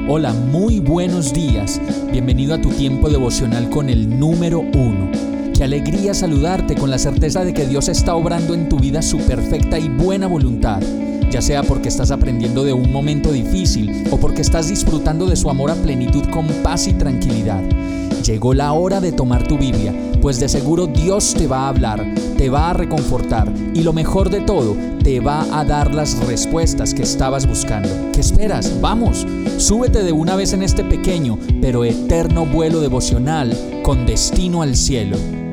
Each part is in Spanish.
Hola, muy buenos días. Bienvenido a tu tiempo devocional con el número 1. Qué alegría saludarte con la certeza de que Dios está obrando en tu vida su perfecta y buena voluntad, ya sea porque estás aprendiendo de un momento difícil o porque estás disfrutando de su amor a plenitud con paz y tranquilidad. Llegó la hora de tomar tu Biblia, pues de seguro Dios te va a hablar, te va a reconfortar y lo mejor de todo, te va a dar las respuestas que estabas buscando. ¿Qué esperas? ¡Vamos! Súbete de una vez en este pequeño pero eterno vuelo devocional con destino al cielo.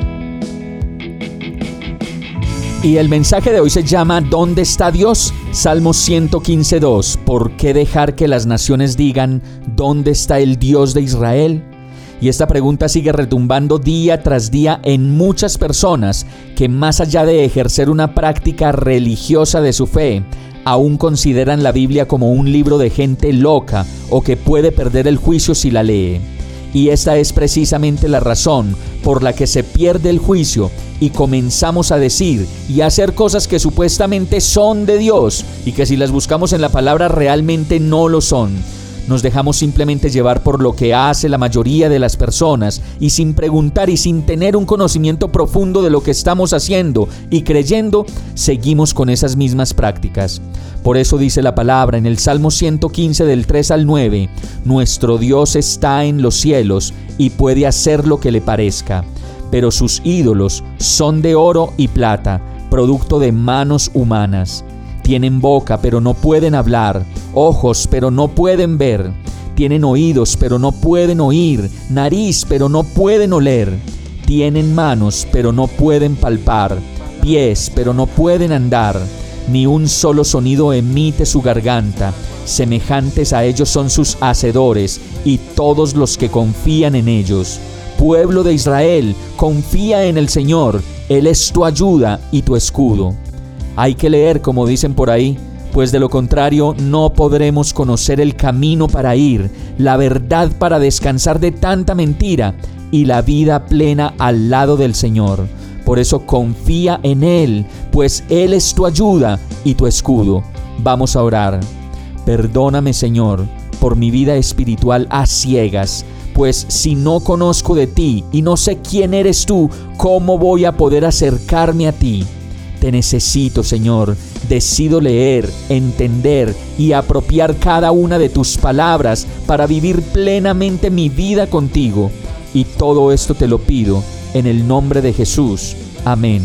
Y el mensaje de hoy se llama ¿Dónde está Dios? Salmos 115:2. ¿Por qué dejar que las naciones digan ¿dónde está el Dios de Israel? Y esta pregunta sigue retumbando día tras día en muchas personas que, más allá de ejercer una práctica religiosa de su fe, aún consideran la Biblia como un libro de gente loca o que puede perder el juicio si la lee. Y esta es precisamente la razón por la que se pierde el juicio y comenzamos a decir y a hacer cosas que supuestamente son de Dios y que si las buscamos en la palabra realmente no lo son. Nos dejamos simplemente llevar por lo que hace la mayoría de las personas y sin preguntar y sin tener un conocimiento profundo de lo que estamos haciendo y creyendo, seguimos con esas mismas prácticas. Por eso dice la palabra en el Salmo 115 del 3 al 9, nuestro Dios está en los cielos y puede hacer lo que le parezca, pero sus ídolos son de oro y plata, producto de manos humanas. Tienen boca, pero no pueden hablar, ojos, pero no pueden ver. Tienen oídos, pero no pueden oír, nariz, pero no pueden oler. Tienen manos, pero no pueden palpar, pies, pero no pueden andar. Ni un solo sonido emite su garganta. Semejantes a ellos son sus hacedores y todos los que confían en ellos. Pueblo de Israel, confía en el Señor. Él es tu ayuda y tu escudo. Hay que leer como dicen por ahí, pues de lo contrario no podremos conocer el camino para ir, la verdad para descansar de tanta mentira y la vida plena al lado del Señor. Por eso confía en Él, pues Él es tu ayuda y tu escudo. Vamos a orar. Perdóname, Señor, por mi vida espiritual a ciegas, pues si no conozco de ti y no sé quién eres tú, ¿cómo voy a poder acercarme a ti? Te necesito, Señor. Decido leer, entender y apropiar cada una de tus palabras para vivir plenamente mi vida contigo. Y todo esto te lo pido en el nombre de Jesús. Amén.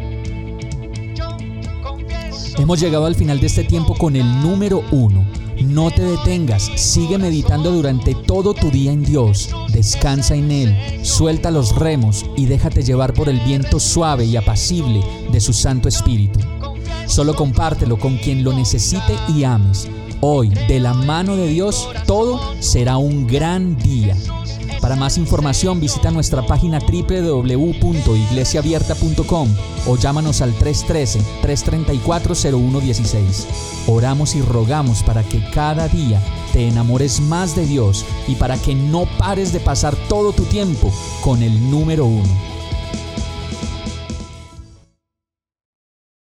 Hemos llegado al final de este tiempo con el número 1. No te detengas, sigue meditando durante todo tu día en Dios, descansa en Él, suelta los remos y déjate llevar por el viento suave y apacible de su Santo Espíritu. Solo compártelo con quien lo necesite y ames. Hoy, de la mano de Dios, todo será un gran día. Para más información visita nuestra página www.iglesiaabierta.com o llámanos al 313-334-0116. Oramos y rogamos para que cada día te enamores más de Dios y para que no pares de pasar todo tu tiempo con el número 1.